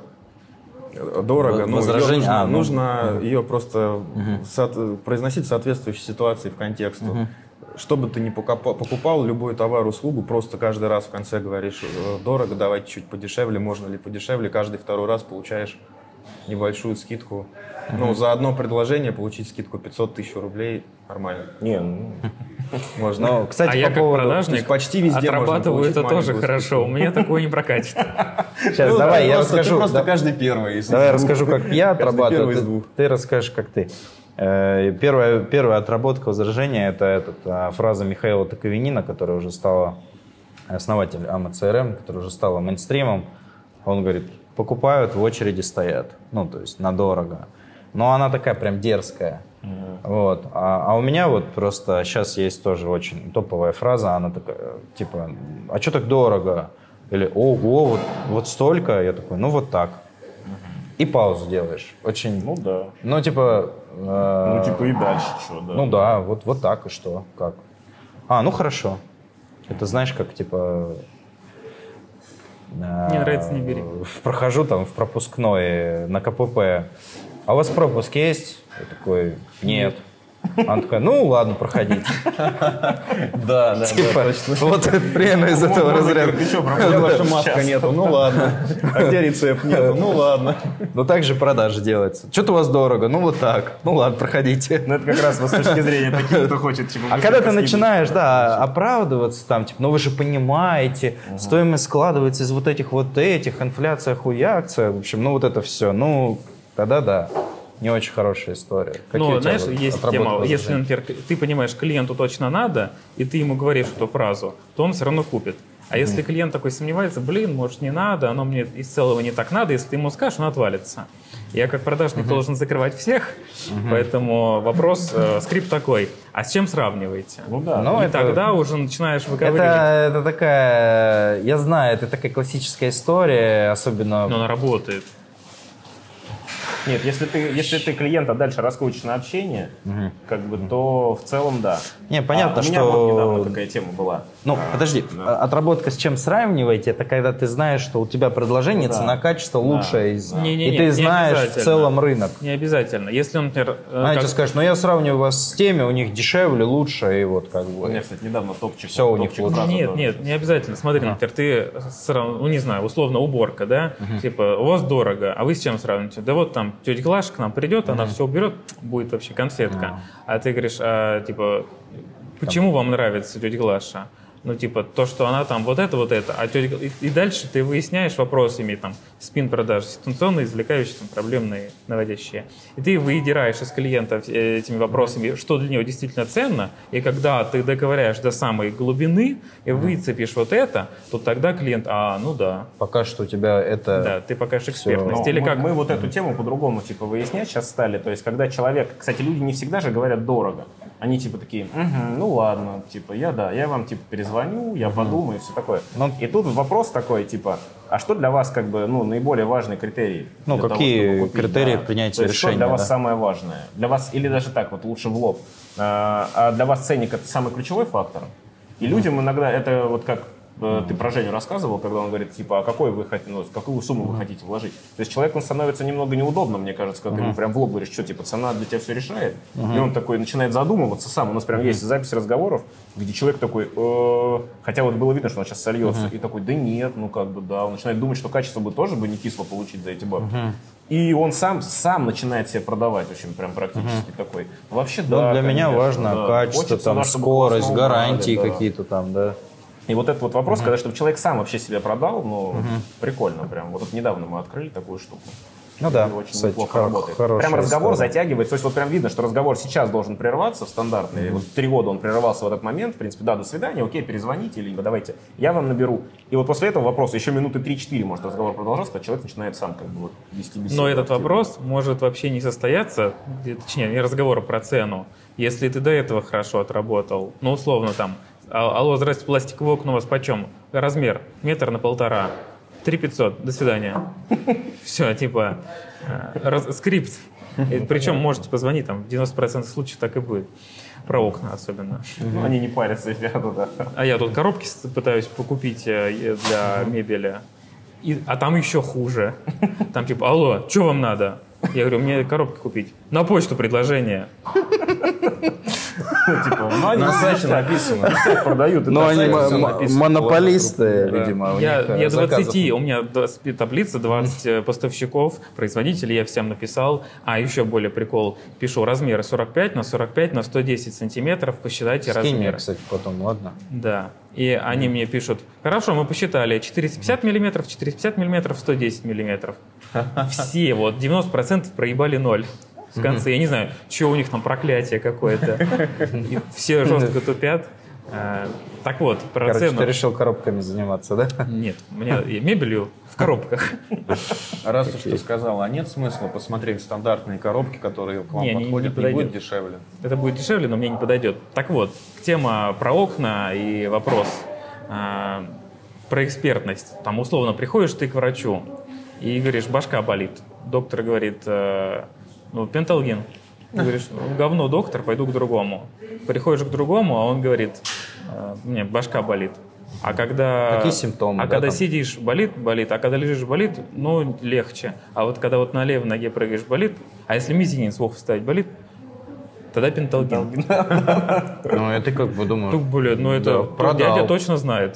Дорого, но Возражение? нужно, А, ну, нужно ее просто соот- произносить в соответствующей ситуации, в контексту. Что бы ты ни покупал, покупал, любой товар, услугу, просто каждый раз в конце говоришь, «Э, дорого, давайте чуть подешевле, можно ли подешевле. Каждый второй раз получаешь небольшую скидку. Ну, за одно предложение получить скидку пятьсот тысяч рублей нормально. Не, ну, Можно. Ну, кстати, а я по как поводу... то продажник есть почти везде можно отрабатываю получить это тоже маленькую хорошо. У меня такое не прокатит. Сейчас, Ну, давай, да, я просто- расскажу. Ты просто да- каждый первый. из Давай я двух. расскажу, как я Каждый отрабатываю. первый из Ты, двух. ты расскажешь, как ты. Э, Первая, первая отработка возражения — это этот, а, фраза Михаила Токовинина, которая уже стала основатель эй эм си эр эм, которая уже стала мейнстримом. Он говорит, покупают, в очереди стоят. Ну, то есть, надорого. Но она такая прям дерзкая. Вот. А, а у меня вот просто сейчас есть тоже очень топовая фраза, она такая, типа, а что так дорого? Или, ого, вот, вот столько? Я такой, ну вот так. И паузу делаешь. Очень, ну да. ну типа... э, Ну, типа и дальше что, да. Ну да, вот, вот так и что, как. А, ну хорошо. Это знаешь, как типа... Не нравится, не бери. Прохожу там в пропускной на ка пэ пэ. А у вас пропуск есть? Я такой, нет. Она такая, ну ладно, проходите. Да, да, Типа, точно. вот примерно из этого разряда. У меня ваша маска нету, ну ладно. А где рецепт нету, ну ладно. Ну так же продажи делается. Что-то у вас дорого, ну вот так. Ну ладно, проходите. Ну, это как раз вот с точки зрения таких, кто хочет, типа, А когда ты начинаешь, да, оправдываться там, типа, ну вы же понимаете, стоимость складывается из вот этих вот этих, инфляция, хуякция, в общем, ну вот это все, ну, тогда да. Не очень хорошая история. Какие Ну, у тебя знаешь, вот есть отработки тема, если, возражения? например, ты понимаешь, клиенту точно надо, и ты ему говоришь эту фразу, то он все равно купит. А если клиент такой сомневается, блин, может не надо, оно мне из целого не так надо, если ты ему скажешь, он отвалится. Я как продажник должен закрывать всех, поэтому вопрос, э, скрипт такой, а с чем сравниваете? Ну да. Ну, И это- тогда уже начинаешь выговаривать. Это, это такая, я знаю, это такая классическая история, особенно... Но она работает. Нет, если ты, если ты клиента дальше раскрутишь на общение, как бы, то в целом да. Не, понятно, А у меня что- вот недавно такая тема была. Ну, А, подожди, да. отработка с чем сравниваете, это когда ты знаешь, что у тебя предложение, Ну да. цена-качество лучшее, из- Не-не-не, и ты не знаешь в обязательно. целом рынок. Не обязательно. Если он, например, э, Знаете, как- скажешь, ну я сравниваю вас с теми, у них дешевле, лучше, и вот как У меня, бы... кстати, недавно топчик. Всё у них топчик лучше. сразу Нет, тоже. нет, не обязательно. Смотри, например, ты срав- ну не знаю, условно уборка, да? Типа, у вас дорого, а вы с чем сравните? Да вот там тетя Глаша к нам придет, она все уберет, будет вообще конфетка. А ты говоришь, а, типа, почему вам нравится тетя Глаша? Ну, типа, то, что она там вот это, вот это, а тетя... И, и дальше ты выясняешь вопросами, там, спин-продажи, ситуационные, извлекающие, там, проблемные, наводящие. И ты выдираешь из клиента э, этими вопросами, что для него действительно ценно, и когда ты доковыряешь до самой глубины и выцепишь вот это, то тогда клиент, а, ну да, Пока что у тебя это... да, ты покажешь всё. экспертность. Но Или мы, как... мы вот эту тему по-другому типа выяснять сейчас стали. То есть, когда человек... Кстати, люди не всегда же говорят дорого. Они типа такие, «Мгм, ну ладно, типа, я да, я вам типа перезвоню, я подумаю, и все такое. Ну, и тут вопрос такой, типа, а что для вас как бы, ну, наиболее важный критерий? Ну, для какие того, чтобы купить? критерии Да. принятия То есть, решения, Что для вас да? самое важное? Для вас, или даже так, вот лучше в лоб. А, а для вас ценник — это самый ключевой фактор? И людям иногда это вот как э, ты про Женю рассказывал, когда он говорит, типа, а какой вы хотите, ну, какую сумму вы хотите вложить? То есть человеку становится немного неудобно, мне кажется, когда ты ему прям в лоб говоришь, что, типа, цена для тебя все решает. И он такой начинает задумываться сам. У нас прям есть запись разговоров, где человек такой, «Э, хотя вот было видно, что он сейчас сольется, и такой, да нет, ну как бы да. Он начинает думать, что качество бы тоже бы не кисло получить за эти бабки. И он сам, сам начинает себя продавать, очень прям практически такой. Вообще, Ну, да, для меня конечно, важно да. качество, Хочется, там, да, чтобы скорость, классно гарантии убрали, да. какие-то там, да. И вот этот вот вопрос, когда чтобы человек сам вообще себя продал, ну, прикольно прям. Вот тут недавно мы открыли такую штуку. Ну да, И очень кстати, неплохо хор- работает. хорошая Прям разговор история. затягивается. То есть вот прям видно, что разговор сейчас должен прерваться в стандартный. Вот три года он прерывался в этот момент. В принципе, да, до свидания, окей, перезвоните, либо давайте, я вам наберу. И вот после этого вопроса еще минуты три-четыре может разговор продолжаться, когда человек начинает сам как бы вот вести беседу. Но этот активно. вопрос может вообще не состояться, где- точнее, не разговора про цену, если ты до этого хорошо отработал. Ну, условно, там, «А- алло, здрасте, пластиковые окна у вас почем? Размер метр на полтора. три пятьсот, до свидания. Все, типа, э, раз- скрипт. И причем можете позвонить, там, в девяноста процентах случаев так и будет. Про окна особенно. Ну, они не парятся, ребята, да. А я тут коробки с- пытаюсь покупить э, для мебели. И- а там еще хуже. Там типа, алло, что вам надо? Я говорю, мне коробки купить. На почту предложение. Типа, ну, они На сайте ништяк- написано. ништяк продают. и Но так они далее. м- всё м- написано. монополисты, Да. видимо, у Я, них, э, я заказов двадцать, у меня двадцать таблица, двадцать э, поставщиков, производителей, я всем написал. А еще более прикол, пишу размеры сорок пять на сорок пять на сто десять сантиметров, посчитайте Скинь мне, размеры. кстати, потом, ладно? Да. И они мне пишут, хорошо, мы посчитали четыреста пятьдесят миллиметров, четыреста пятьдесят миллиметров, сто десять миллиметров. Все, вот девяносто процентов проебали ноль. В конце, я не знаю, что у них там проклятие какое-то. И все жестко тупят. А, Так вот, про Короче, цену. ты решил коробками заниматься, да? Нет, у меня мебелью в коробках. Раз уж ты сказал, а нет смысла посмотреть стандартные коробки, которые к вам Не, не- не подходят, не, подойдет. будет дешевле? Это будет дешевле, но мне не подойдет. Так вот, тема про окна и вопрос а, про экспертность. Там условно приходишь ты к врачу и говоришь, башка болит. Доктор говорит, э, ну, пенталгин. Ты говоришь, ну, говно, доктор, пойду к другому. Приходишь к другому, а он говорит, э, мне башка болит. А когда, Какие симптомы? А да, когда там? сидишь, болит, болит, а когда лежишь, болит, ну, легче. А вот когда вот на левой ноге прыгаешь, болит, а если мизинец в ухо вставить, болит, тогда пенталгин. Ну, это как бы, думаю... Ну, блин, ну это продал. дядя точно знает.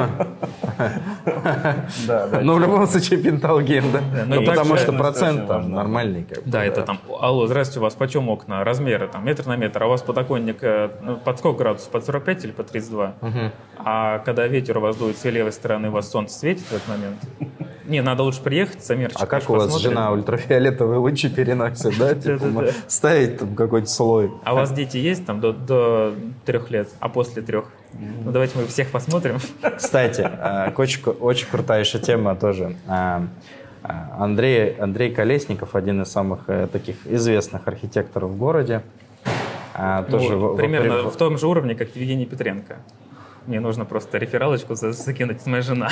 Да, да. Ну, в любом случае, пенталгин, да? ну, Ну, и потому также- что это процент очень там важно. нормальный. Как бы, Да, это там, алло, здравствуйте, у вас почем окна? Размеры там метр на метр, а у вас подоконник э, ну, под сколько градусов? Под сорок пять или под тридцать два? А когда ветер у вас дует с левой стороны, у вас солнце светит в этот момент? Не, надо лучше приехать, замерчик. А как у вас посмотрим. жена ультрафиолетовые лучи переносит, да? Типа, Да-да-да. ставить там какой-то слой. А у вас дети есть там до, до трех лет, а после трех? Ну давайте мы всех посмотрим. Кстати, э, очень, очень крутая еще тема тоже. Э, э, Андрей, Андрей Колесников, один из самых э, таких известных архитекторов в городе. Э, тоже Ну, в- в- примерно в- в том же уровне, как Евгений Петренко. Мне нужно просто рефералочку за- закинуть, это моя жена.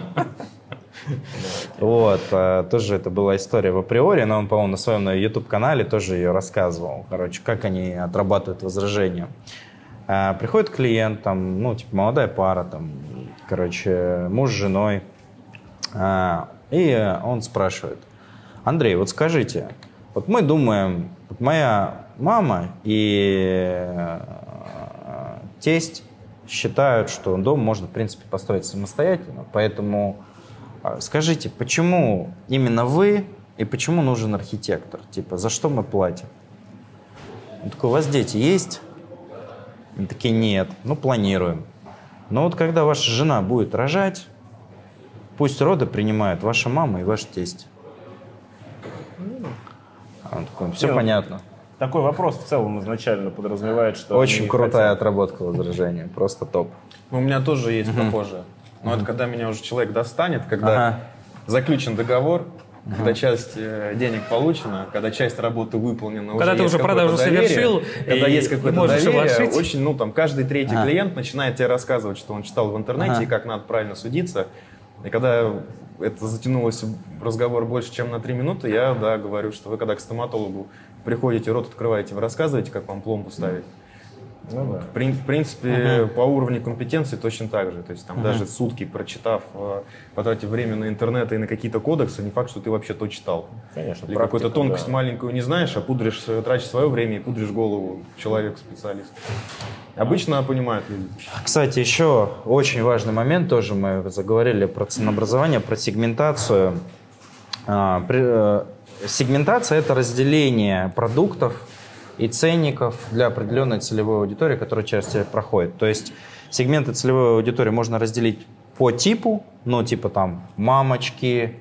Вот, э, тоже это была история в априори, но он, по-моему, на своем YouTube-канале тоже ее рассказывал. Короче, как они отрабатывают возражения. Э, Приходит клиент, там, ну, типа, молодая пара, там, короче, муж с женой. Э, И он спрашивает: Андрей, вот скажите, вот мы думаем, вот моя мама и э, тесть считают, что дом можно, в принципе, построить самостоятельно, поэтому скажите, почему именно вы и почему нужен архитектор? Типа, за что мы платим? Он такой: у вас дети есть? Они такие: нет. Ну, планируем. Но вот когда ваша жена будет рожать, пусть роды принимают ваша мама и ваш тесть. Он такой: все Нет, понятно. Такой вопрос в целом изначально подразумевает, что... Очень они крутая хотят- отработка возражения. Просто топ. Ну, у меня тоже есть похожее. Но это когда меня уже человек достанет, когда Ага. заключен договор, когда часть э, денег получена, когда часть работы выполнена, Когда ты есть уже какое-то продажу доверие, совершил, когда и- есть и какое-то можешь доверие, соглашить. очень, ну, там, каждый третий Ага. клиент начинает тебе рассказывать, что он читал в интернете Ага. и как надо правильно судиться. И когда это затянулось разговор больше, чем на три минуты, я, да, говорю, что вы, когда к стоматологу приходите, рот открываете, вы рассказываете, как вам пломбу ставить. Ну, да. В, прин- в принципе, по уровню компетенции точно так же. То есть там даже сутки прочитав, э, потратив время на интернет и на какие-то кодексы, не факт, что ты вообще то читал. Конечно, Или практика, какую-то тонкость да. маленькую не знаешь, а пудришь, э, тратишь свое время и пудришь голову человеку-специалисту. Обычно понимают люди. Кстати, еще очень важный момент, тоже мы заговорили про ценообразование, про сегментацию. А, при- э, Сегментация – это разделение продуктов и ценников для определенной целевой аудитории, которая через тебя проходит. То есть сегменты целевой аудитории можно разделить по типу, ну, типа там мамочки,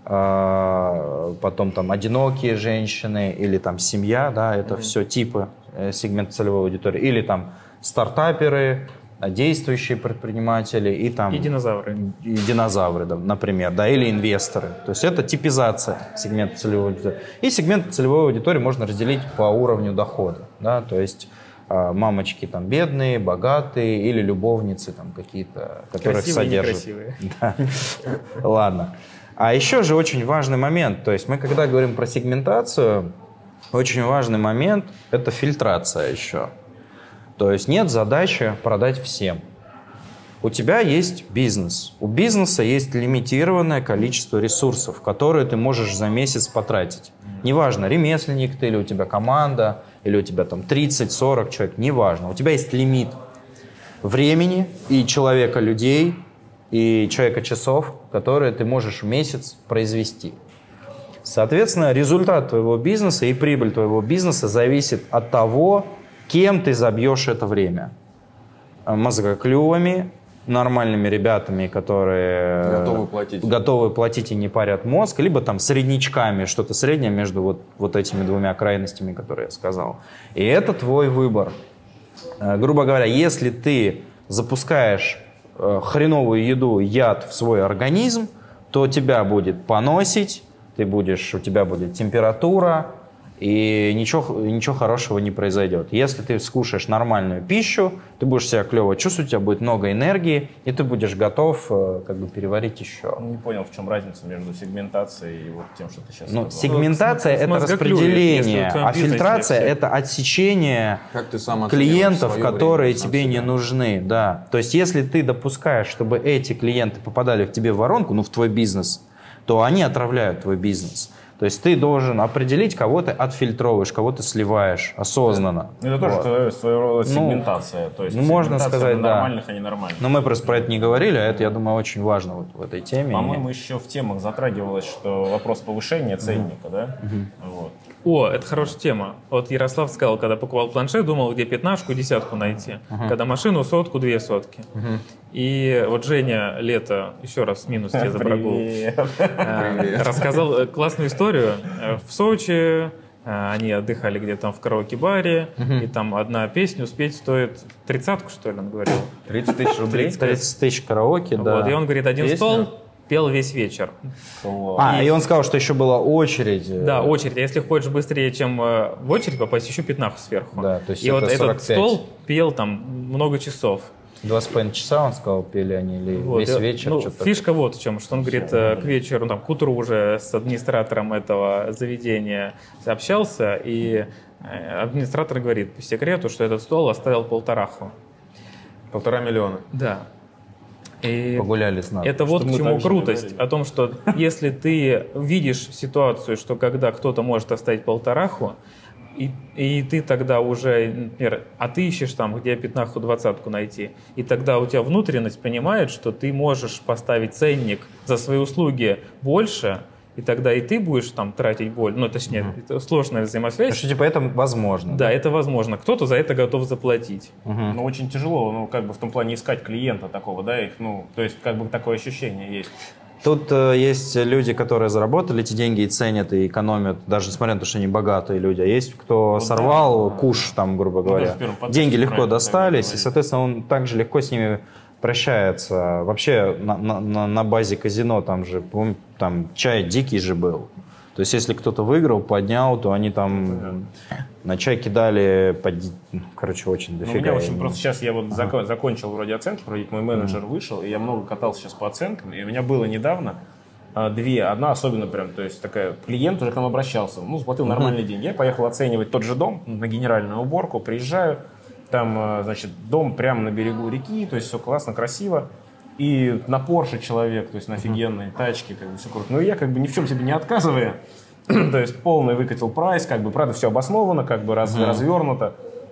э, потом там одинокие женщины или там семья, да, это все типы э, сегмента целевой аудитории. Или там стартаперы, действующие предприниматели и там... И динозавры. И динозавры, да, например, да, или инвесторы. То есть это типизация сегмента целевой аудитории. И сегмент целевой аудитории можно разделить по уровню дохода, да, то есть э, мамочки там бедные, богатые или любовницы там какие-то, которых Красивые и содержат. некрасивые. Да. Ладно. А еще же очень важный момент, то есть мы когда говорим про сегментацию, очень важный момент – это фильтрация еще. То есть нет задачи продать всем. У тебя есть бизнес. У бизнеса есть лимитированное количество ресурсов, которые ты можешь за месяц потратить. Неважно, ремесленник ты или у тебя команда, или у тебя там тридцать-сорок человек, неважно. У тебя есть лимит времени и человека людей, и человека часов, которые ты можешь в месяц произвести. Соответственно, результат твоего бизнеса и прибыль твоего бизнеса зависит от того, кем ты забьешь это время. Мозгоклювами, нормальными ребятами, которые Готовы платить. готовы платить и не парят мозг, либо там среднячками, что-то среднее между вот, вот этими двумя крайностями, которые я сказал. И это твой выбор. Э, грубо говоря, если ты запускаешь э, хреновую еду, яд в свой организм, то тебя будет поносить, ты будешь, у тебя будет температура, и ничего, ничего хорошего не произойдет. Если ты скушаешь нормальную пищу, ты будешь себя клево чувствовать, у тебя будет много энергии, и ты будешь готов как бы переварить еще. Не понял, в чем разница между сегментацией и вот тем, что ты сейчас Ну, сказал. сегментация – это распределение, а фильтрация – это отсечение Как ты сам клиентов, оцениваешь своё которые время, сам тебе не себя? нужны. Да. То есть, если ты допускаешь, чтобы эти клиенты попадали к тебе в воронку, ну, в твой бизнес, то они отравляют твой бизнес. То есть ты должен определить, кого ты отфильтровываешь, кого ты сливаешь осознанно. Это тоже Вот. своего рода Ну, сегментация. То есть ну, можно сегментация сказать, на да. нормальных, а не нормальных. Но мы просто про это не говорили, а это, я думаю, очень важно вот в этой теме. По-моему, еще в темах затрагивалось, что вопрос повышения ценника, да? Вот. О, это хорошая тема. Вот Ярослав сказал, когда покупал планшет, думал, где пятнашку, десятку найти. Uh-huh. Когда машину, сотку, две сотки. Uh-huh. И вот Женя лето, еще раз минус тебе забрагул, рассказал классную историю. В Сочи они отдыхали где-то там в караоке-баре, uh-huh. и там одна песня успеть стоит тридцатку, что ли, он говорил. тридцать тысяч рублей? тридцать тысяч караоке, да. Вот, и он говорит, один Песня? стол пел весь вечер. А, и... и он сказал, что еще была очередь. Да, очередь. А если хочешь быстрее, чем э, в очередь попасть, еще пятнаху сверху. Да, то есть и это вот сорок этот пять. стол пел там много часов. Два с половиной часа, он сказал, пели они, или Вот. весь И, вечер. ну, что-то фишка вот в чем, что он говорит, э, к вечеру, там, к утру уже с администратором этого заведения общался, и э, администратор говорит по секрету, что этот стол оставил полтораху. Полтора миллиона. Да. И погуляли с нами. это вот Что к мы чему также крутость. говорили. О том, что если ты видишь ситуацию, что когда кто-то может оставить полтораху, и, и ты тогда уже, например, а ты ищешь там, где пятнаху, двадцатку найти, и тогда у тебя внутренность понимает, что ты можешь поставить ценник за свои услуги больше, и тогда и ты будешь там тратить боль. Ну, точнее, mm-hmm. это сложная взаимосвязь. Что, типа, это возможно. Да, это возможно. Кто-то за это готов заплатить. Mm-hmm. Ну, очень тяжело, ну, как бы в том плане искать клиента такого, да, их, ну, то есть, как бы такое ощущение есть. Тут э, есть люди, которые заработали эти деньги и ценят, и экономят, даже несмотря на то, что они богатые люди. А есть кто Ну, сорвал да. куш, там, грубо говоря. даже в первом подкасте Деньги про легко это достались, говорили. и, соответственно, он также легко с ними прощается. Вообще на, на, на базе казино там же, помню, там чай дикий же был. То есть, если кто-то выиграл, поднял, то они там на чай кидали, под... короче, очень дофига. Ну, у меня, в общем, просто сейчас я вот ага. закон, закончил вроде оценки, вроде мой менеджер ага. вышел, и я много катался сейчас по оценкам, и у меня было недавно а, две, одна особенно прям, то есть такая, клиент уже к нам обращался, ну, заплатил ага. нормальные деньги, я поехал оценивать тот же дом на генеральную уборку, приезжаю, там, значит, дом прямо на берегу реки, то есть все классно, красиво. И на Порше человек, то есть на офигенной тачке, как бы все круто. Но я как бы ни в чем себе не отказывая, то есть полный выкатил прайс, как бы, правда, все обосновано, как бы раз, mm-hmm. развернуто.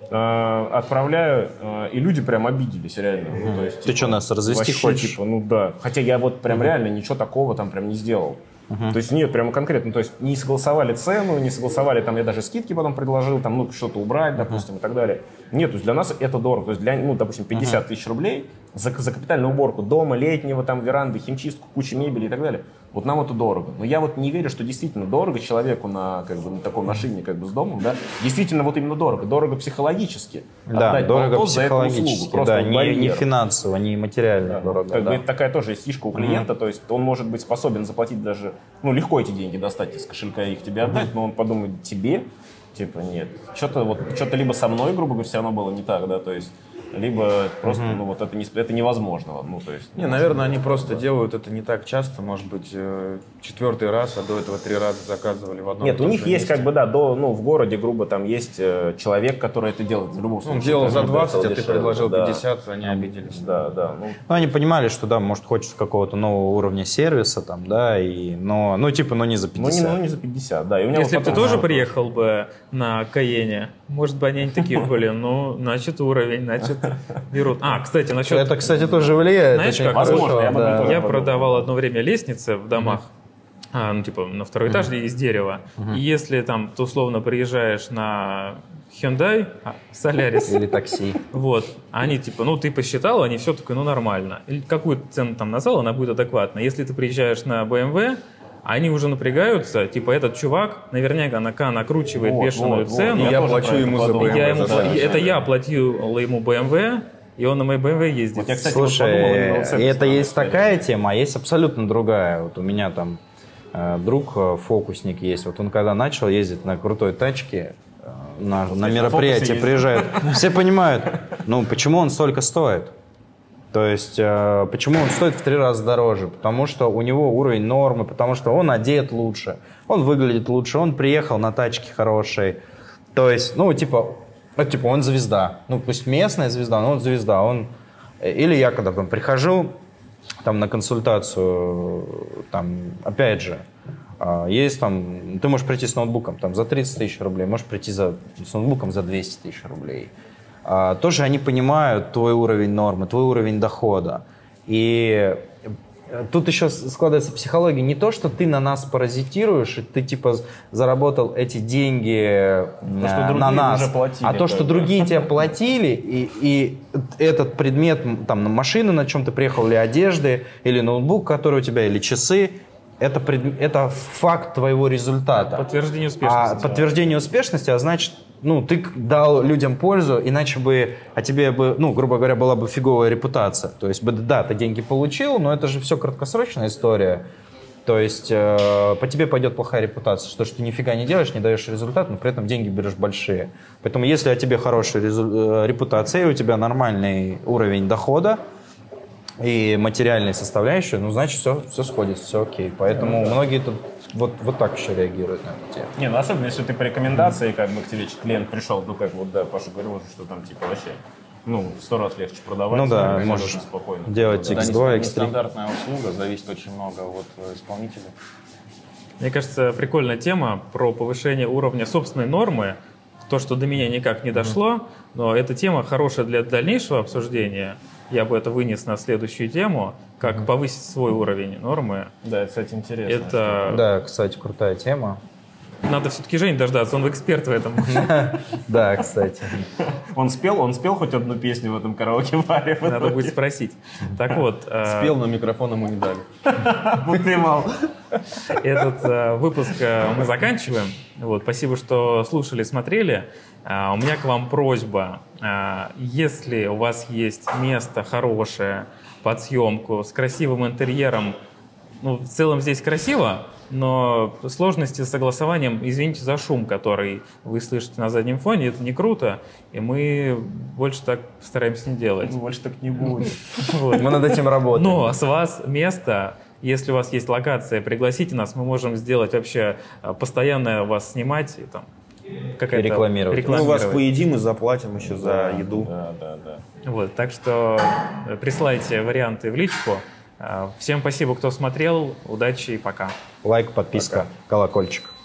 Э, отправляю, э, и люди прям обиделись, реально. Mm-hmm. Ну, то есть, Ты типа, что, нас развести вообще, хочешь? Типа, ну да. Хотя я вот прям mm-hmm. реально ничего такого там прям не сделал. Uh-huh. То есть нет, прямо конкретно, то есть не согласовали цену, не согласовали, там я даже скидки потом предложил, там, ну, что-то убрать, допустим, uh-huh. и так далее. Нет, то есть для нас это дорого, то есть для, ну, допустим, пятьдесят uh-huh. тысяч рублей за, за капитальную уборку дома, летнего, там, веранды, химчистку, кучу мебели и так далее. Вот нам это дорого. Но я вот не верю, что действительно дорого человеку на, как бы, на такой машине, как бы, с домом, да, действительно вот именно дорого. Дорого психологически. Да, дорого полтос психологически, услугу, да, вот не, не финансово, не материально да, дорого. Как да. бы это такая тоже есть фишка у клиента, uh-huh. то есть он может быть способен заплатить даже, ну, легко эти деньги достать из кошелька и их тебе отдать, uh-huh. но он подумает тебе, типа, нет, что-то вот, что-то либо со мной, грубо говоря, все равно было не так, да, то есть, либо просто, uh-huh. ну, вот это, не, это невозможно, ну, то есть. Не, наверное, они просто делают это не так часто, может быть, четвертый раз, а до этого три раза заказывали в одном. Нет, у них есть, как бы, да, до, ну, в городе, грубо, там есть э, человек, который это делает в любом случае. Он делал за двадцать, а ты дешевле, предложил да. пятьдесят, они обиделись. Да, да. Ну, Ну, они понимали, что, да, может, хочется какого-то нового уровня сервиса, там, да, и, но, ну, типа, ну, не за ну, не, пятьдесят. ну, не за пятьдесят, да. И у меня Если вот бы ты потом- тоже приехал бы на Каене, может быть, они такие были, ну, значит, уровень, значит, берут. А, кстати, насчет... Это, кстати, тоже влияет. Знаешь, очень как? хорошо, Возможно, я об этом да. тоже Я подумал. продавал одно время лестницы в домах, а, ну, типа, на второй этаж из дерева. И если там ты условно приезжаешь на Hyundai, а, Solaris, Или такси. вот, они типа, ну, ты посчитал, они все такое, ну, нормально. Или какую цену там назвал, она будет адекватна. Если ты приезжаешь на бэ эм вэ, они уже напрягаются, типа, этот чувак наверняка накручивает Вот, бешеную вот, вот. цену. И я тоже плачу про это ему за подумал. бэ эм вэ. Я ему- за и это я платил ему бэ эм вэ, и он на моей бэ эм вэ ездит. Вот я, кстати, вот подумал именно Слушай, вот с и этой это стороны есть истории. такая тема, а есть абсолютно другая. Вот у меня там друг фокусник есть. Вот он когда начал ездить на крутой тачке, на, на мероприятие приезжает, все понимают, ну почему он столько стоит. То есть, э, почему он стоит в три раза дороже? Потому что у него уровень нормы, потому что он одет лучше, он выглядит лучше, он приехал на тачке хорошей. То есть, ну, типа, ну, типа он звезда. Ну, пусть местная звезда, но он звезда. Он... Или я когда там прихожу там, на консультацию, там, опять же, э, есть там, ты можешь прийти с ноутбуком там, за тридцать тысяч рублей, можешь прийти за, с ноутбуком за двести тысяч рублей. Uh, тоже они понимают твой уровень нормы, твой уровень дохода. И тут еще складывается психология. Не то, что ты на нас паразитируешь, и ты типа заработал эти деньги то, что на нас, платили, а то, что другие тебе платили, и, и этот предмет, там, машина, на чем ты приехал, или одежды, или ноутбук, который у тебя, или часы, это, пред... это факт твоего результата. Подтверждение успешности. А подтверждение успешности, а значит, ну, ты дал людям пользу, иначе бы, а тебе бы, ну, грубо говоря, была бы фиговая репутация. То есть, да, ты деньги получил, но это же все краткосрочная история. То есть, э, по тебе пойдет плохая репутация, что, что ты нифига не делаешь, не даешь результат, но при этом деньги берешь большие. Поэтому, если о тебе хорошая резу... репутация, и у тебя нормальный уровень дохода, и материальная составляющая, ну, значит, все, все сходится, все окей. Поэтому да, многие тут вот, вот так еще реагируют на эту тему. Не, ну, особенно, если ты по рекомендации, как бы, к тебе клиент пришел, ну, как вот, да, Паша говорил, что там, типа, вообще, ну, в сто раз легче продавать. Ну, да, можешь спокойно делать икс два, икс три. Нестандартная услуга, зависит очень много от исполнителя. Мне кажется, прикольная тема про повышение уровня собственной нормы. То, что до меня никак не дошло, но эта тема хорошая для дальнейшего обсуждения. Я бы это вынес на следующую тему, как mm-hmm. повысить свой уровень нормы. Да, это, кстати, интересно. Это... Да, кстати, крутая тема. Надо все-таки Женю дождаться, он эксперт в этом. Да, кстати. Он спел, он спел хоть одну песню в этом караоке-баре? Надо будет спросить. Так вот. Спел, но микрофон ему не дали. Поймал. Этот выпуск мы заканчиваем. Вот, спасибо, что слушали, смотрели. У меня к вам просьба. Если у вас есть место хорошее под съемку с красивым интерьером, ну, в целом здесь красиво, но сложности с согласованием, извините за шум, который вы слышите на заднем фоне, это не круто, и мы больше так стараемся не делать. Больше так не будет. Мы над этим работаем. Но с вас место, если у вас есть локация, пригласите нас, мы можем сделать вообще постоянно вас снимать и там какая-то рекламировать. рекламировать. Мы вас поедим и заплатим еще за еду. Да, да, да. Вот, так что присылайте варианты в личку. Всем спасибо, кто смотрел. Удачи и пока. Лайк, подписка, пока. Колокольчик.